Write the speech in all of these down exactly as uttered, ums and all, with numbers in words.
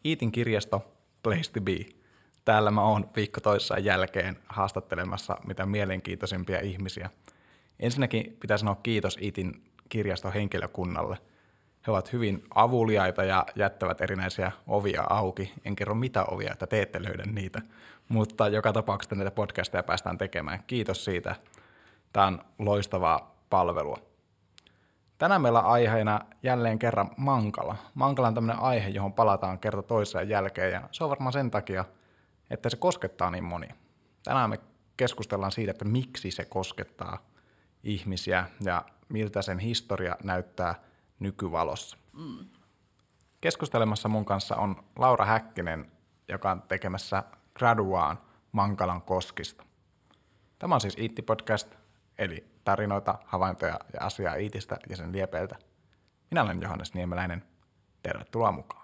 Iitin kirjasto, place to be. Täällä mä oon viikko toissaan jälkeen haastattelemassa mitä mielenkiintoisimpia ihmisiä. Ensinnäkin pitää sanoa kiitos Iitin kirjaston henkilökunnalle. He ovat hyvin avuliaita ja jättävät erinäisiä ovia auki. En kerro mitä ovia, että te ette löydä niitä. Mutta joka tapauksessa näitä podcasteja päästään tekemään. Kiitos siitä. Tämä on loistavaa palvelua. Tänään meillä on aiheena jälleen kerran Mankala. Mankala on tämmöinen aihe, johon palataan kerta toiseen jälkeen, ja se on varmaan sen takia, että se koskettaa niin monia. Tänään me keskustellaan siitä, että miksi se koskettaa ihmisiä ja miltä sen historia näyttää nykyvalossa. Mm. Keskustelemassa mun kanssa on Laura Häkkinen, joka on tekemässä graduaan Mankalan koskista. Tämä on siis Iitti-podcast, eli tarinoita, havaintoja ja asiaa Iitistä ja sen liepeiltä. Minä olen Johannes Niemeläinen. Tervetuloa mukaan.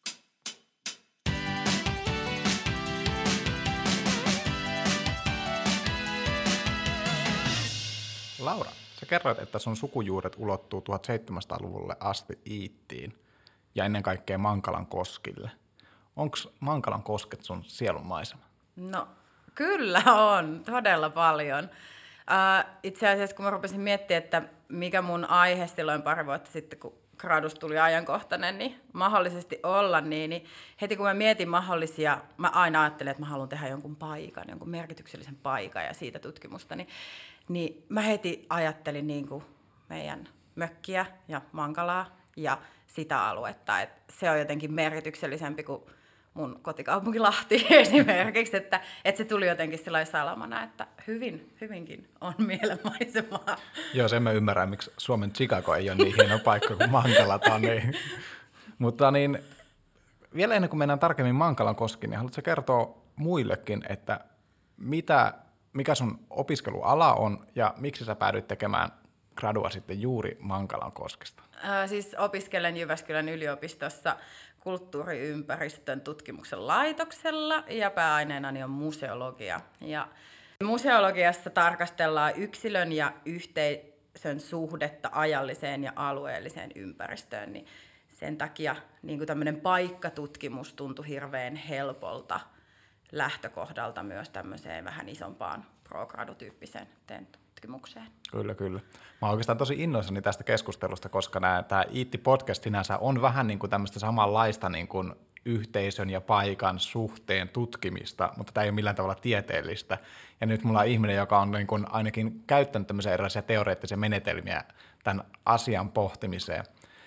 Laura, sä kerroit, että sun sukujuuret ulottuu tuhatseitsemänsataaluvulle asti Iittiin ja ennen kaikkea Mankalan koskille. Onko Mankalan kosket sun sielunmaisema? No kyllä on, todella paljon. Uh, itse asiassa kun mä rupesin miettimään, että mikä mun aihe silloin pari vuotta sitten, kun gradusta tuli ajankohtainen, niin mahdollisesti olla, niin, niin heti kun mä mietin mahdollisia, mä aina ajattelin, että mä haluan tehdä jonkun paikan, jonkun merkityksellisen paikan ja siitä tutkimusta, niin, niin mä heti ajattelin niin kuin meidän mökkiä ja Mankalaa ja sitä aluetta, että se on jotenkin merkityksellisempi kuin mun kotikaupunki Lahti esimerkiksi, että, että se tuli jotenkin sellainen salamana, että hyvin, hyvinkin on mielenmaisemaa. Joo, sen mä ymmärrän, miksi Suomen Chicago ei ole niin hieno paikka kuin Mankala. Niin. Mutta niin, vielä ennen kuin mennään tarkemmin Mankalan koskiin, niin haluatko kertoa muillekin, että mitä, mikä sun opiskeluala on ja miksi sä päädyit tekemään gradua sitten juuri Mankalan koskesta? Äh, siis opiskelen Jyväskylän yliopistossa kulttuuriympäristön tutkimuksen laitoksella ja pääaineenani on museologia. Ja museologiassa tarkastellaan yksilön ja yhteisön suhdetta ajalliseen ja alueelliseen ympäristöön, niin sen takia niin kuin tämmöinen paikkatutkimus tuntui hirveän helpolta lähtökohdalta myös tämmöiseen vähän isompaan pro-gradu-tyyppiseen tutkimukseen. Kyllä, kyllä. Mä oon oikeastaan tosi innoissani tästä keskustelusta, koska tämä Iitti-podcast sinänsä on vähän niin kuin tämmöistä samanlaista niin kuin yhteisön ja paikan suhteen tutkimista, mutta tämä ei ole millään tavalla tieteellistä. Ja nyt mulla on ihminen, joka on niin kuin ainakin käyttänyt tämmöisiä erilaisia teoreettisia menetelmiä tämän asian pohtimiseen.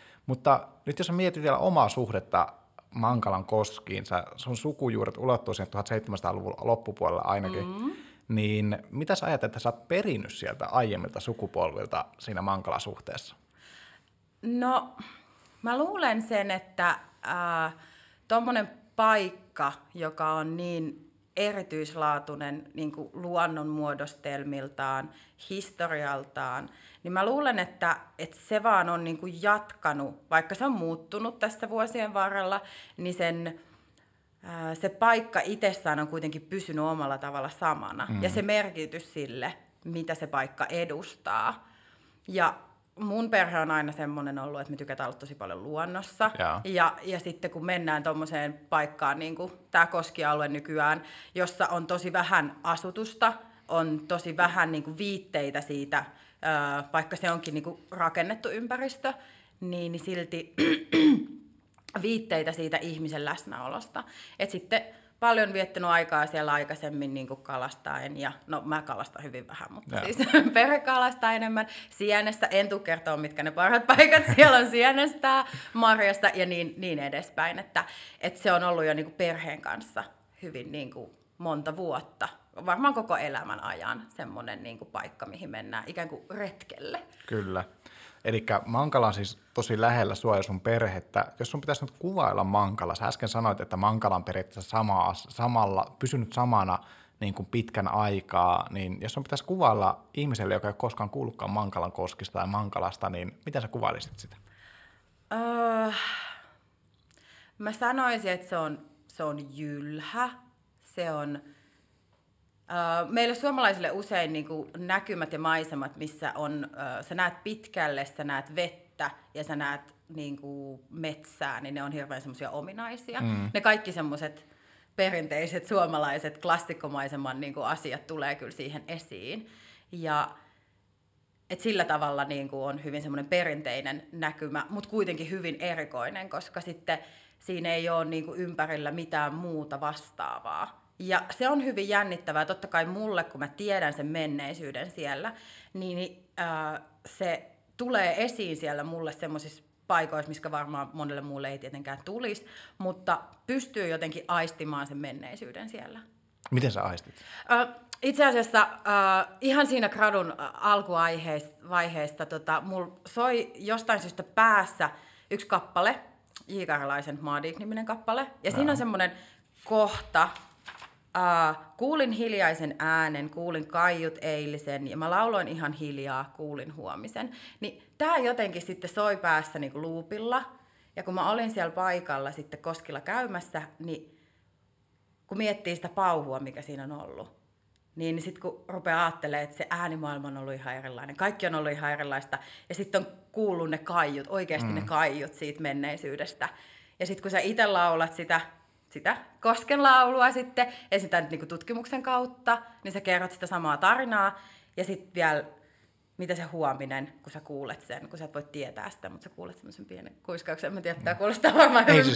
Mutta nyt jos mietit vielä omaa suhdetta Mankalan koskiin, sä, sun sukujuuret ulottuu siihen tuhatseitsemänsataaluvun loppupuolella ainakin, mm-hmm. Niin mitä sä ajattelet, että sä oot perinnyt sieltä aiemmilta sukupolvilta siinä Mankala-suhteessa? No, mä luulen sen, että äh, tuommoinen paikka, joka on niin erityislaatuinen niin kuin luonnonmuodostelmiltaan, historialtaan, niin mä luulen, että, että se vaan on niin kuin jatkanut, vaikka se on muuttunut tässä vuosien varrella, niin sen se paikka itsessään on kuitenkin pysynyt omalla tavalla samana. Mm. Ja se merkitys sille, mitä se paikka edustaa. Ja mun perhe on aina semmoinen ollut, että me tykätään olla tosi paljon luonnossa. Yeah. Ja, ja sitten kun mennään tommoseen paikkaan, niin kuin tämä koskialue nykyään, jossa on tosi vähän asutusta, on tosi vähän niin kuin viitteitä siitä, vaikka se onkin niin kuin rakennettu ympäristö, niin, niin silti viitteitä siitä ihmisen läsnäolosta. Et sitten paljon viettänyt aikaa siellä aikaisemmin niin kuin kalastaen, ja no mä kalastan hyvin vähän, mutta ja. siis perhe kalastaa enemmän. Sienessä, en tule kertoa mitkä ne parhaat paikat siellä on Sienestä, Marjasta ja niin, niin edespäin. Että, että se on ollut jo niin kuin perheen kanssa hyvin niin kuin monta vuotta, varmaan koko elämän ajan semmoinen niin kuin paikka, mihin mennään ikään kuin retkelle. Kyllä. Eli Mankala on siis tosi lähellä sua ja sun perhettä. Jos sun pitäisi nyt kuvailla Mankala, sä äsken sanoit, että Mankala on periaatteessa sama, samalla, pysynyt samana niin kuin pitkän aikaa, niin jos sun pitäisi kuvailla ihmiselle, joka ei ole koskaan kuullutkaan Mankalan koskista tai Mankalasta, niin miten sä kuvailisit sitä? Öö, mä sanoisin, että se on, se on jylhä, se on Uh, meille suomalaisille usein niin kuin näkymät ja maisemat, missä on, uh, sä näet pitkälle, sä näet vettä ja sä näet niin kuin metsää, niin ne on hirveän semmoisia ominaisia. Mm. Ne kaikki semmoiset perinteiset suomalaiset klassikkomaisemman niin kuin asiat tulee kyllä siihen esiin. Ja et sillä tavalla niin kuin on hyvin semmoinen perinteinen näkymä, mutta kuitenkin hyvin erikoinen, koska sitten siinä ei ole niin kuin ympärillä mitään muuta vastaavaa. Ja se on hyvin jännittävää. Totta kai mulle, kun mä tiedän sen menneisyyden siellä, niin äh, se tulee esiin siellä mulle semmoisissa paikoissa, missä varmaan monelle muulle ei tietenkään tulisi, mutta pystyy jotenkin aistimaan sen menneisyyden siellä. Miten sä aistit? Äh, itse asiassa äh, ihan siinä gradun alkuvaiheesta tota, mulla soi jostain syystä päässä yksi kappale, J. Karjalaisen Maadik-niminen kappale, ja no. siinä on semmoinen kohta, Uh, kuulin hiljaisen äänen, kuulin kaiut eilisen ja mä lauloin ihan hiljaa, kuulin huomisen. Niin tää jotenkin sitten soi päässä niinku loopilla. Ja kun mä olin siellä paikalla sitten Koskilla käymässä, niin kun miettii sitä pauhua, mikä siinä on ollut, niin, niin sitten kun rupeaa ajattelemaan, että se äänimaailma on ollut ihan erilainen, kaikki on ollut ihan erilaista, ja sitten on kuullut ne kaiut, oikeasti mm. ne kaiut siitä menneisyydestä. Ja sitten kun sä itse laulat sitä, sitä Kosken laulua sitten, esitän niin tutkimuksen kautta, niin sä kerrot sitä samaa tarinaa, ja sitten vielä, mitä se huominen, kun sä kuulet sen, kun sä et voi tietää sitä, mutta sä kuulet semmoisen pienen kuiskauksen, mä tiedän, että tämä kuulostaa varmaan Ei, siis,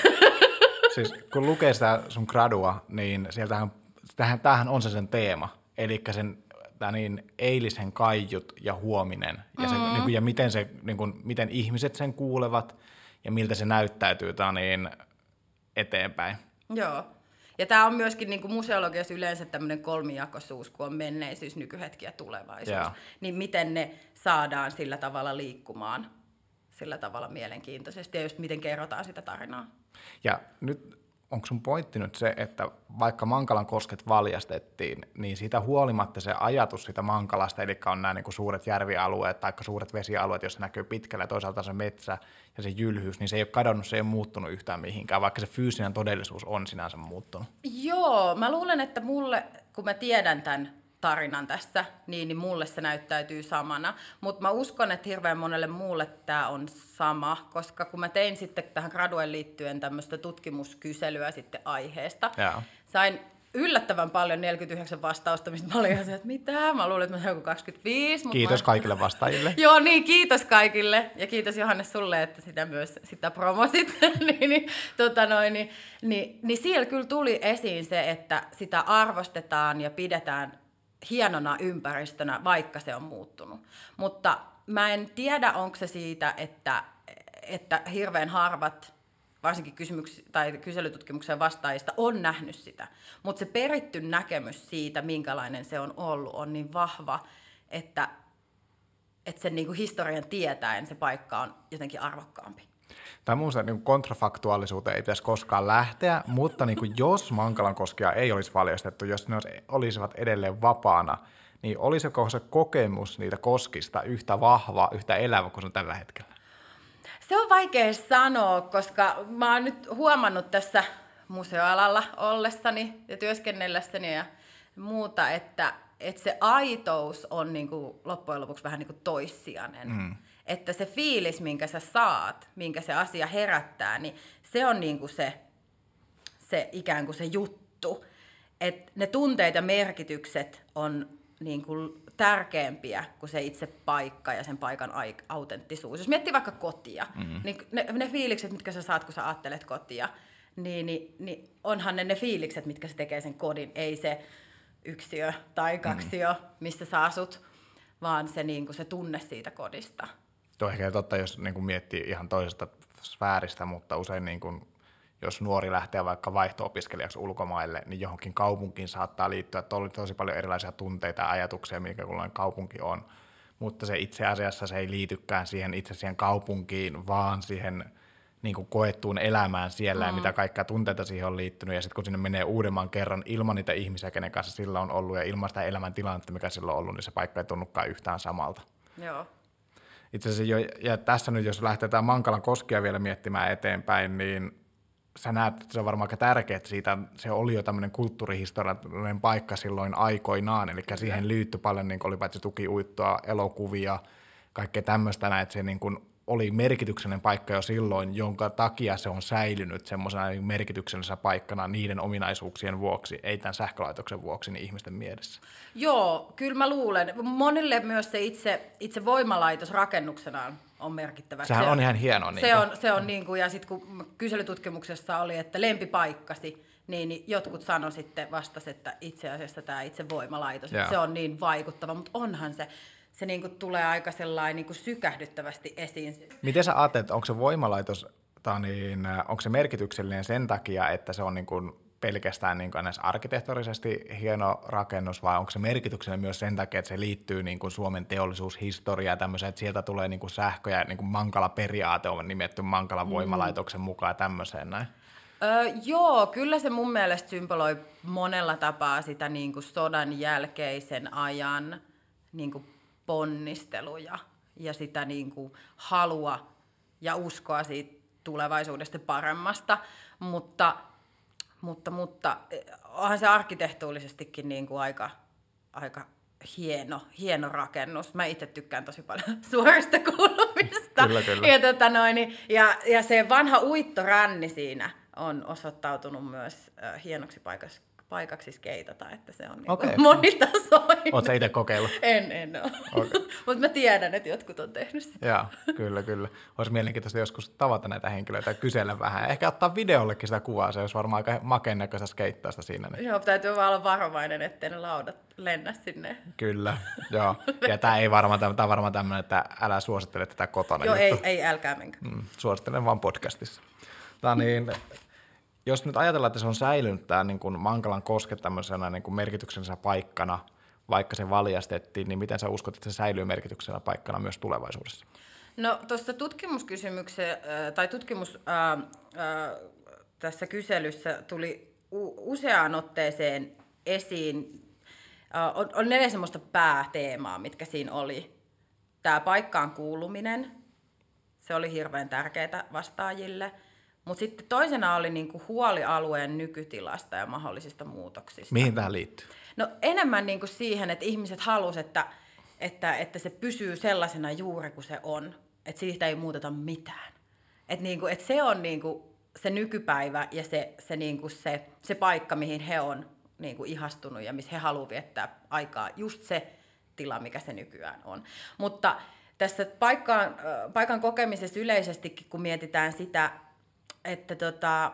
siis kun lukee sitä sun gradua, niin sieltähän, tämähän, tämähän on se sen teema, eli sen niin, eilisen kaiut ja huominen, ja, se, mm-hmm. niin kuin, ja miten, se, niin kuin, miten ihmiset sen kuulevat, ja miltä se näyttäytyy niin, eteenpäin. Joo. Ja tämä on myöskin niin kuin museologiassa yleensä tämmöinen kolmijakoisuus, kun on menneisyys, nykyhetki ja tulevaisuus. Yeah. Niin miten ne saadaan sillä tavalla liikkumaan, sillä tavalla mielenkiintoisesti, ja just miten kerrotaan sitä tarinaa. Ja nyt onko sun pointti nyt se, että vaikka Mankalan kosket valjastettiin, niin siitä huolimatta se ajatus sitä Mankalasta, eli on nämä niin kuin suuret järvialueet tai suuret vesialueet, joissa näkyy pitkällä ja toisaalta se metsä ja se jylhyys, niin se ei ole kadonnut, se ei ole muuttunut yhtään mihinkään, vaikka se fyysinen todellisuus on sinänsä muuttunut. Joo, mä luulen, että mulle, kun mä tiedän tämän tarinan tässä, niin, niin mulle se näyttäytyy samana. Mutta mä uskon, että hirveän monelle muulle tämä on sama, koska kun mä tein sitten tähän gradueen liittyen tämmöistä tutkimuskyselyä sitten aiheesta, ja. sain yllättävän paljon neljäkymmentäyhdeksän vastausta, mistä mä olin ihan se, että mitä? Mä luulen, että mä joku kaksikymmentäviisi. Kiitos mä... kaikille vastaajille. Joo, niin kiitos kaikille. Ja kiitos Johannes sulle, että sitä myös sitä promosit. niin, niin, tota noin, niin, niin, niin siellä kyllä tuli esiin se, että sitä arvostetaan ja pidetään hienona ympäristönä, vaikka se on muuttunut. Mutta mä en tiedä, onko se siitä, että, että hirveän harvat, varsinkin kysymyks- tai kyselytutkimuksen vastaajista, on nähnyt sitä. Mutta se peritty näkemys siitä, minkälainen se on ollut, on niin vahva, että, että sen niin kuin historian tietäen se paikka on jotenkin arvokkaampi. Tai muusta niin kontrafaktuaalisuuteen ei pitäisi koskaan lähteä, mutta niin kuin jos Mankalankoskea ei olisi valjastettu, jos ne olisivat edelleen vapaana, niin olisiko se kokemus niitä koskista yhtä vahva, yhtä elävä kuin se on tällä hetkellä? Se on vaikea sanoa, koska mä oon nyt huomannut tässä museoalalla ollessani ja työskennellessäni ja muuta, että, että se aitous on niin kuin loppujen lopuksi vähän niin kuin toissijainen. Mm. Että se fiilis, minkä sä saat, minkä se asia herättää, niin se on niin kuin se, se ikään kuin se juttu. Että ne tunteet ja merkitykset on niin kuin tärkeämpiä kuin se itse paikka ja sen paikan autenttisuus. Jos miettii vaikka kotia, mm-hmm. niin ne, ne fiilikset, mitkä sä saat, kun sä ajattelet kotia, niin, niin, niin onhan ne ne fiilikset, mitkä se tekee sen kodin. Ei se yksiö tai kaksio, mm-hmm. missä sä asut, vaan se, niin kuin se tunne siitä kodista. Tuo ehkä totta, jos niin kuin miettii ihan toisesta sfääristä, mutta usein niin kuin, jos nuori lähtee vaikka vaihto-opiskelijaksi ulkomaille, niin johonkin kaupunkiin saattaa liittyä tosi paljon erilaisia tunteita ja ajatuksia, mikä kullainen kaupunki on. Mutta se itse asiassa se ei liitykään siihen itse siihen kaupunkiin, vaan siihen niin kuin koettuun elämään siellä mm. ja mitä kaikkia tunteita siihen on liittynyt. Ja sitten kun sinne menee uudemman kerran ilman niitä ihmisiä, kenen kanssa sillä on ollut ja ilman sitä elämäntilannetta, mikä sillä on ollut, niin se paikka ei tunnukaan yhtään samalta. Joo. Itse asiassa jo, ja tässä nyt, jos lähdetään Mankalan koskia vielä miettimään eteenpäin, niin sä näet, että se on varmaan aika tärkeää, että siitä, se oli jo tämmöinen kulttuurihistoriallinen paikka silloin aikoinaan, eli siihen liittyi paljon, niin oli paitsi tukiuittoa, elokuvia, kaikkea tämmöistä, että se niin kuin oli merkityksellinen paikka jo silloin, jonka takia se on säilynyt semmoisena niin merkityksellisenä paikkana niiden ominaisuuksien vuoksi, ei tämän sähkölaitoksen vuoksi, niin ihmisten mielessä. Joo, kyllä mä luulen. Monille myös se itse, itse voimalaitos rakennuksenaan on merkittävä. Sehän se on ihan hienoa. Se niin on, se on niin kuin, ja sitten kun kyselytutkimuksessa oli, että lempipaikkasi, niin, niin jotkut sanoi sitten vastas, että itse asiassa tämä itse voimalaitos, että se on niin vaikuttava, mutta onhan se, se niin kuin tulee aika sellainen niin kuin sykähdyttävästi esiin. Miten sä ajattelet, onko se voimalaitos, niin, onko se merkityksellinen sen takia, että se on niin kuin pelkästään niin kuin arkkitehtorisesti hieno rakennus, vai onko se merkityksellinen myös sen takia, että se liittyy niin kuin Suomen teollisuushistoriaan ja tämmöiseen, että sieltä tulee niin kuin sähkö ja niin kuin Mankala-periaate on nimetty Mankalan voimalaitoksen mukaan ja tämmöiseen näin? Öö, joo, kyllä se mun mielestä symboloi monella tapaa sitä niin kuin sodan jälkeisen ajan niin kuin ponnisteluja ja sitä niin kuin halua ja uskoa siitä tulevaisuudesta paremmasta, mutta, mutta, mutta onhan se arkkitehtuurisestikin niin kuin aika, aika hieno, hieno rakennus. Mä itse tykkään tosi paljon suorista kulmista. Kyllä, kyllä. Ja, tota noin, ja, ja se vanha uittoränni siinä on osoittautunut myös äh, hienoksi paikaksi, paikaksi skeitata, että se on Okay. niin monitasoinen. Oletko sä itse kokeillut? En, en ole. Okay. Mutta mä tiedän, että jotkut on tehnyt sitä. Joo, kyllä, kyllä. Olisi mielenkiintoista joskus tavata näitä henkilöitä ja kysellä vähän. Ja ehkä ottaa videollekin sitä kuvaa, se olisi varmaan aika makeen näköistä skeittausta siinä. Niin. Joo, täytyy vaan olla varovainen, ettei ne laudat lennä sinne. Kyllä, joo. Ja tämä ei varmaan, tämä on varmaan tämmöinen, että älä suosittele tätä kotona. Joo, ei, ei, älkää menkö. Mm, suosittelen vaan podcastissa. Tämä niin, jos nyt ajatellaan, että se on säilynyt tämä niin kuin Mankalan koske tämmöisenä niin kuin merkityksellisenä paikkana, vaikka se valjastettiin, niin miten sä uskot, että se säilyy merkityksellisenä paikkana myös tulevaisuudessa? No tuossa tutkimuskysymyksessä tai tutkimus ää, ää, tässä kyselyssä tuli u- useaan otteeseen esiin, ää, on, on neljä semmoista pääteemaa, mitkä siinä oli. Tämä paikkaan kuuluminen, se oli hirveän tärkeää vastaajille. Mutta sitten toisena oli niinku huoli alueen nykytilasta ja mahdollisista muutoksista. Mihin tähän liittyy? No enemmän niinku siihen, että ihmiset halusivat, että, että, että se pysyy sellaisena juuri kuin se on. Että siitä ei muuteta mitään. Että niinku, et se on niinku se nykypäivä ja se, se, niinku se, se paikka, mihin he on niinku ihastunut ja missä he haluavat viettää aikaa. Just se tila, mikä se nykyään on. Mutta tässä paikkaan, paikan kokemisessa yleisestikin, kun mietitään sitä, että tota,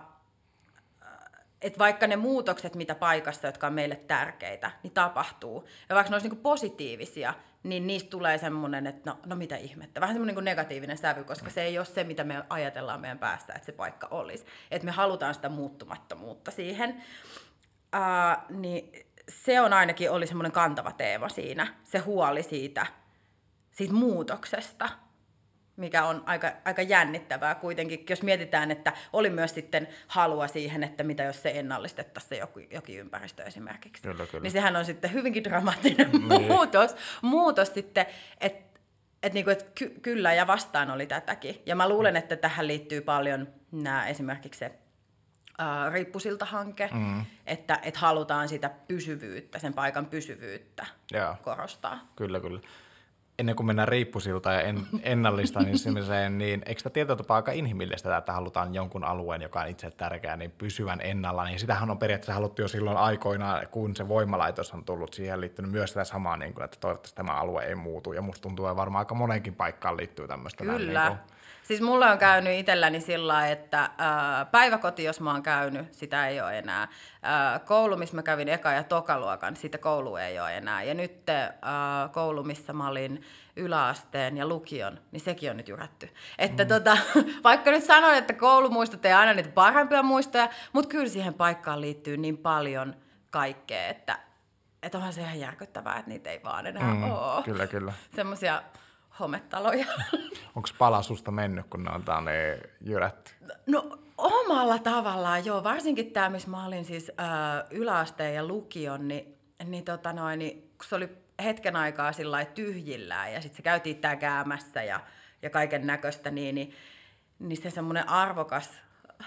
et vaikka ne muutokset, mitä paikassa, jotka on meille tärkeitä, niin tapahtuu. Ja vaikka ne olisi niinku positiivisia, niin niistä tulee semmoinen, että no, no mitä ihmettä. Vähän semmoinen niinku negatiivinen sävy, koska se ei ole se, mitä me ajatellaan meidän päässä, että se paikka olisi. Että me halutaan sitä muuttumattomuutta siihen. Uh, niin se on ainakin oli semmoinen kantava teema siinä, se huoli siitä, siitä muutoksesta, mikä on aika, aika jännittävää kuitenkin, jos mietitään, että oli myös sitten halua siihen, että mitä jos se ennallistettaisiin se joku, jokin ympäristö esimerkiksi. Kyllä, kyllä. Niin sehän on sitten hyvinkin dramaattinen niin. muutos, muutos sitten, että et niinku, et ky- kyllä ja vastaan oli tätäkin. Ja mä luulen, että tähän liittyy paljon nämä esimerkiksi se Uh, riippusilta-hanke, mm. että et halutaan sitä pysyvyyttä, sen paikan pysyvyyttä Jaa. korostaa. Kyllä, kyllä. Ennen kuin mennään riippusilta ja en, ennallistamiseen, niin eikö tämä tietyllä tapaa aika inhimillistä, että halutaan jonkun alueen, joka on itse tärkeä, niin pysyvän ennalla, niin sitähän on periaatteessa haluttu jo silloin aikoinaan, kun se voimalaitos on tullut siihen liittynyt myös sitä samaa, niin kuin, että toivottavasti tämä alue ei muutu, ja musta tuntuu, että varmaan aika moneenkin paikkaan liittyy tämmöistä. Kyllä. Näin, niin kuin siis mulla on käynyt itselläni sillä lailla, että ää, päiväkoti, jos mä oon käynyt, sitä ei ole enää. Ää, koulu, missä mä kävin eka- ja tokaluokan, sitä koulua ei ole enää. Ja nyt ää, koulu, missä mä olin yläasteen ja lukion, niin sekin on nyt jyrätty. Että mm. tota, vaikka nyt sanoin, että koulumuistot ei aina niitä parhaimpia muistoja, mutta kyllä siihen paikkaan liittyy niin paljon kaikkea, että, että onhan se ihan järkyttävää, että niitä ei vaan enää mm, ole. Kyllä, kyllä. Semmoisia hometaloja. Onko pala susta mennyt, kun ne on tänne jyrätty? No omalla tavallaan joo, varsinkin tämä, missä mä olin siis ää, yläasteen ja lukion, niin, niin, tota noin, niin kun se oli hetken aikaa sillä lailla tyhjillään ja sitten se käytiin tää käämässä ja, ja kaiken näköistä, niin, niin, niin se semmoinen arvokas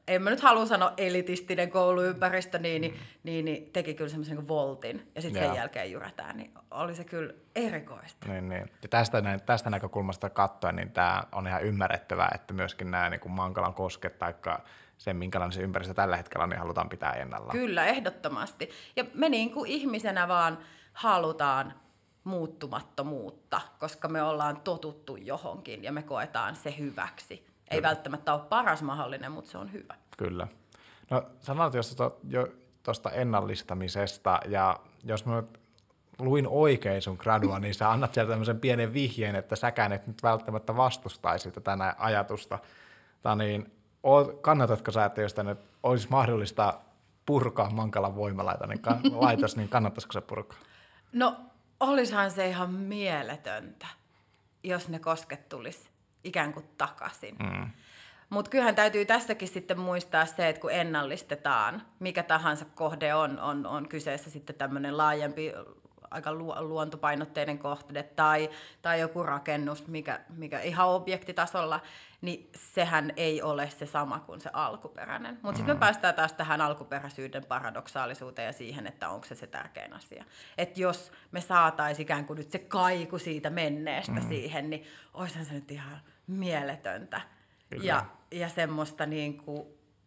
en mä nyt halua sanoa elitistinen kouluympäristö, niin, niin, niin, niin teki kyllä semmoisen niin voltin ja sitten sen jälkeen jyrätään, niin oli se kyllä erikoista. Niin, niin. Ja tästä, tästä näkökulmasta katsoen, niin tämä on ihan ymmärrettävää, että myöskin nämä niin kuin Mankalan kosket tai sen, minkälainen se ympäristö tällä hetkellä on, niin halutaan pitää ennallaan. Kyllä, ehdottomasti. Ja me niin kuin ihmisenä vaan halutaan muuttumattomuutta, koska me ollaan totuttu johonkin ja me koetaan se hyväksi. Kyllä. Ei välttämättä ole paras mahdollinen, mutta se on hyvä. Kyllä. No sanoit jo tuosta ennallistamisesta, ja jos mä luin oikein sun gradua, niin sä annat sieltä tämmöisen pienen vihjeen, että säkään et nyt välttämättä vastustaisi tätä ajatusta. Tai niin, kannatatko sä, että jos tänne olisi mahdollista purkaa Mankalan voimalaitos, niin, niin kannattaisiko se purkaa? No, olisihan se ihan mieletöntä, jos ne kosket tulisi ikään kuin takaisin. Mm. Mutta kyllähän täytyy tässäkin sitten muistaa se, että kun ennallistetaan, mikä tahansa kohde on, on, on kyseessä sitten tämmöinen laajempi, aika luontopainotteinen kohde tai, tai joku rakennus, mikä, mikä ihan objektitasolla, niin sehän ei ole se sama kuin se alkuperäinen. Mutta sitten me päästään taas tähän alkuperäisyyden paradoksaalisuuteen ja siihen, että onko se se tärkein asia. Että jos me saataisiin ikään kuin nyt se kaiku siitä menneestä mm. siihen, niin olisihan se nyt ihan mieletöntä. Ja, ja semmoista niin kuin,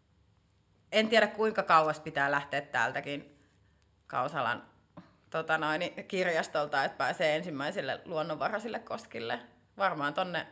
en tiedä kuinka kauas pitää lähteä täältäkin Kausalan tota noin, kirjastolta, että pääsee ensimmäisille luonnonvaraisille koskille. Varmaan tonne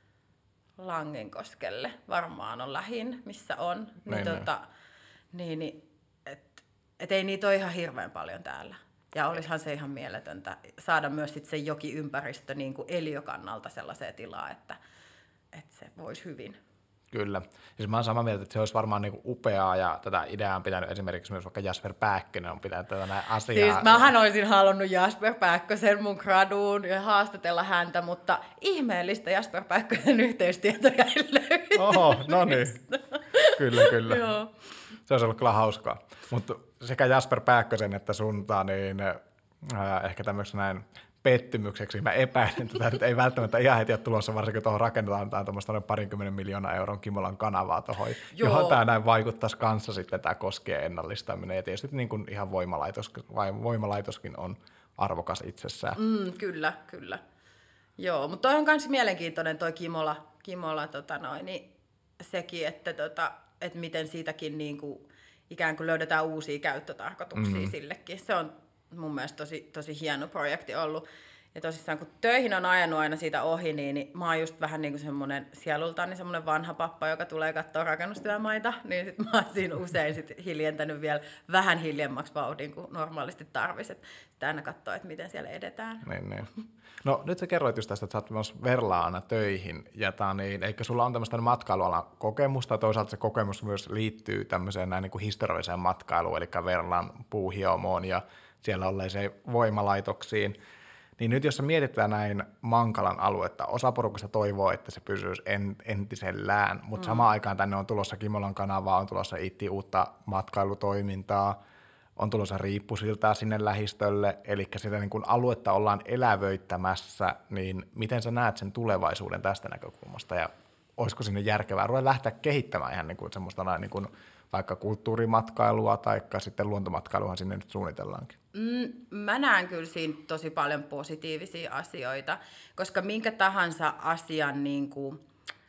Langenkoskelle varmaan on lähin, missä on. Niin, tota, niin, niin, et, et ei niitä ole ihan hirveän paljon täällä. Ja olisihan se ihan mieletöntä saada myös sit se jokiympäristö niin kuin eliökannalta sellaiseen tilaan, että, että se voisi hyvin. Kyllä. Siis mä oon samaa mieltä, että se olisi varmaan niinku upeaa, ja tätä ideaa on pitänyt esimerkiksi myös vaikka Jasper Pääkkönen on pitänyt tätä näin asiaa. Siis mähän olisin halunnut Jasper Pääkkösen mun graduun ja haastatella häntä, mutta ihmeellistä Jasper Pääkkösen yhteystietoja ei löytynyt. Oho, no niin. Kyllä, kyllä. Joo. Se olisi ollut kyllä hauskaa. Mutta sekä Jasper Pääkkösen että sunta, niin äh, ehkä tämmöisen näin pettymykseksi. Mä epäilen, että tämä nyt ei välttämättä ihan heti ole tulossa, varsinkin tuohon rakennetaan tuommoista parinkymmenen miljoonaa euron Kimolan kanavaa tuohon, johon tämä näin vaikuttaisi kanssa sitten tämä koskien ennallistaminen. Ja tietysti niin kuin ihan voimalaitos, vai voimalaitoskin on arvokas itsessään. Mm, kyllä, kyllä. Joo, mutta toi on myös mielenkiintoinen toi Kimola, Kimola tota noin, niin sekin, että, tota, että miten siitäkin niin kuin, ikään kuin löydetään uusia käyttötarkoituksia mm. sillekin. Se on mun mielestä tosi, tosi hieno projekti ollut. Ja tosissaan kun töihin on ajanut aina siitä ohi, niin, niin mä oon just vähän niin kuin semmoinen sielultaan niin semmoinen vanha pappa, joka tulee katsoa rakennustyömaita, niin sit mä oon siinä usein sit hiljentänyt vielä vähän hiljemmaksi vauhdin kuin normaalisti tarvisi. Sitten aina katsoo, että miten siellä edetään. Niin, niin. No nyt sä kerroit just tästä, että sä oot myös Verlaana töihin, ja tää, niin, eikö sulla on tämmöistä matkailualan kokemusta, toisaalta se kokemus myös liittyy tämmöiseen näin niin kuin historialliseen matkailuun, eli Verlan puuhiomoon ja siellä olleeseen voimalaitoksiin. Niin nyt jos sä mietitään näin Mankalan aluetta, osa porukasta toivoo, että se pysyisi entisellään, mutta mm. samaan aikaan tänne on tulossa Kimolan kanavaa, on tulossa I T uutta matkailutoimintaa, on tulossa riippusiltaa sinne lähistölle, eli sitä niin kun aluetta ollaan elävöittämässä, niin miten sä näet sen tulevaisuuden tästä näkökulmasta, ja olisiko sinne järkevää ruveta lähteä kehittämään ihan niin kuin semmoista niin kuin vaikka kulttuurimatkailua tai sitten luontomatkailuhan sinne nyt suunnitellaankin? Mm, mä näen kyllä siinä tosi paljon positiivisia asioita, koska minkä tahansa asian, niin kuin,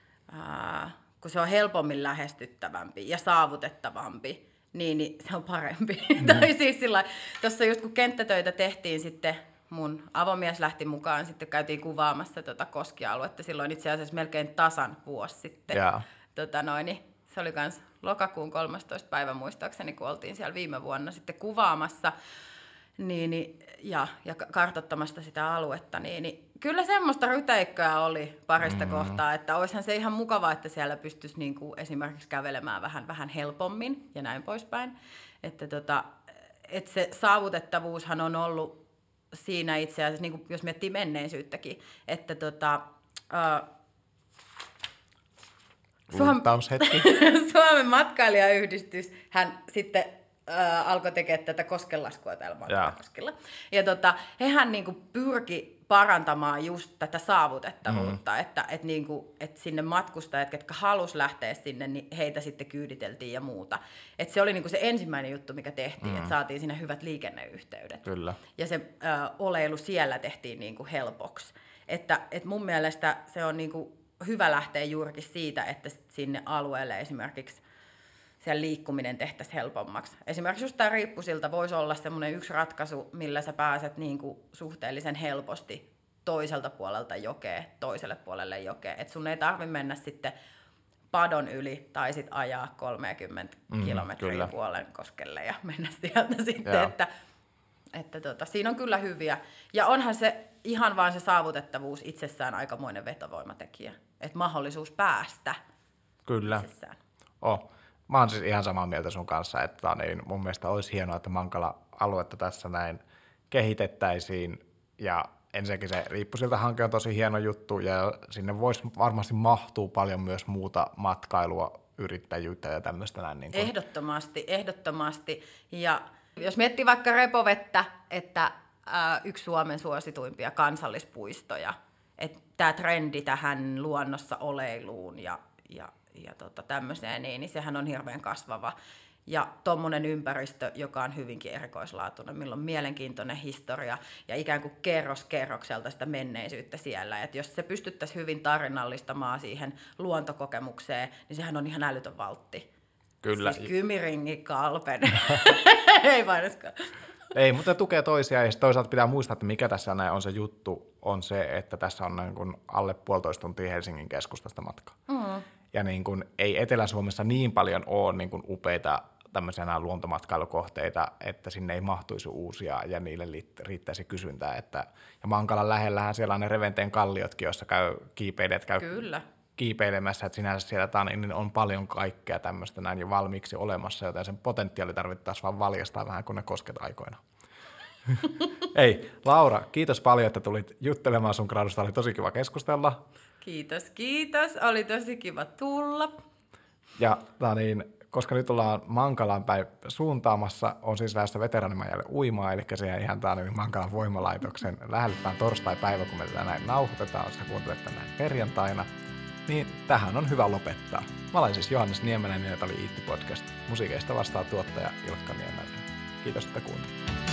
ää, kun se on helpommin lähestyttävämpi ja saavutettavampi, niin, niin se on parempi. Mm. tai siis sillä tuossa just kun kenttätöitä tehtiin sitten, mun avomies lähti mukaan, sitten käytiin kuvaamassa tota koskialuetta silloin itse asiassa melkein tasan vuosi sitten. Yeah. Tota noin, niin se oli kans lokakuun kolmastoista päivä muistaakseni, kun oltiin siellä viime vuonna sitten kuvaamassa niin, niin, ja, ja kartoittamasta sitä aluetta, niin, niin kyllä semmoista ryteikköä oli parista mm. kohtaa, että olisihan se ihan mukavaa, että siellä pystyisi niin kuin esimerkiksi kävelemään vähän, vähän helpommin ja näin poispäin. Että, tota, että se saavutettavuushan on ollut siinä itse asiassa, niin kuin jos miettii menneisyyttäkin, että tota, uh, Suomen, Suomen matkailijayhdistys, hän sitten ää, alkoi tekemään tätä koskenlaskua täällä Mankalankoskella. Ja tota, hehän niinku pyrki parantamaan just tätä saavutettavuutta, mm. että, että, niin kuin, että sinne matkustajat, ketkä halus lähteä sinne, niin heitä sitten kyyditeltiin ja muuta. Että se oli niin kuin se ensimmäinen juttu, mikä tehtiin, mm. että saatiin sinne hyvät liikenneyhteydet. Kyllä. Ja se ö, oleilu siellä tehtiin niin kuin helpoksi. Että, että mun mielestä se on niin kuin hyvä lähteä juurikin siitä, että sinne alueelle esimerkiksi siellä liikkuminen tehtäisiin helpommaksi. Esimerkiksi just tämä Riippusilta voisi olla semmoinen yksi ratkaisu, millä sä pääset niin kuin suhteellisen helposti toiselta puolelta jokea, toiselle puolelle jokea. Että sun ei tarvitse mennä sitten padon yli tai sitten ajaa kolmekymmentä mm, kilometriä kyllä. Puolenkoskelle ja mennä sieltä sitten. Joo. Että, että tota, siinä on kyllä hyviä. Ja onhan se ihan vaan se saavutettavuus itsessään aikamoinen vetovoimatekijä. Että mahdollisuus päästä kyllä. itsessään. Oh. Mä oon siis ihan samaa mieltä sun kanssa, että niin mun mielestä olisi hienoa, että Mankala-aluetta tässä näin kehitettäisiin. Ja ensinnäkin se Riippusilta-hanke on tosi hieno juttu, ja sinne voisi varmasti mahtuu paljon myös muuta matkailua, yrittäjyyttä ja tämmöistä näin. Niin kuin. Ehdottomasti, ehdottomasti. Ja jos miettii vaikka Repovettä, että ää, yksi Suomen suosituimpia kansallispuistoja, että tämä trendi tähän luonnossa oleiluun ja, ja ja tota, tämmöiseen, niin, niin sehän on hirveän kasvava. Ja tuommoinen ympäristö, joka on hyvinkin erikoislaatuinen, millä on mielenkiintoinen historia ja ikään kuin kerros kerrokselta sitä menneisyyttä siellä. Et jos se pystyttäisiin hyvin tarinallistamaan siihen luontokokemukseen, niin sehän on ihan älytön valtti. Kyllä. Siis Kymiringi, Kalpen. Ei mainoskaan. Ei, mutta tukee toisiaan, ja toisaalta pitää muistaa, että mikä tässä on se juttu, on se, että tässä on niin kuin alle puolitoista tuntia Helsingin keskustasta matkaa. Mm. Ja niin kuin, ei Etelä-Suomessa niin paljon ole niin kuin upeita tämmöisiä luontomatkailukohteita, että sinne ei mahtuisi uusia ja niille riittäisi kysyntää. Että, ja Mankalan lähellähän siellä on ne Reventeen kalliotkin, joissa käy kiipeilijät käy Kyllä. kiipeilemässä, että sinänsä siellä niin on paljon kaikkea tämmöistä näin jo valmiiksi olemassa, joten sen potentiaali tarvittaisiin vaan valjastaa vähän, kun ne kosket aikoina. Ei, Laura, kiitos paljon, että tulit juttelemaan sun gradusta, oli tosi kiva keskustella. Kiitos, kiitos. Oli tosi kiva tulla. Ja niin, koska nyt ollaan Mankalan päin suuntaamassa, on siis lähdössä veteraanimajalle uimaa, eli siihen ihan niin Mankalan voimalaitoksen lähellä torstai-päivä, kun me tätä näin nauhoitetaan, sä kuuntelet näin perjantaina, niin tähän on hyvä lopettaa. Mä olen siis Johannes Niemelän ja tämä oli Iitti Podcast. Musiikeista vastaa tuottaja Ilkka Niemelä. Kiitos, että kuuntelit.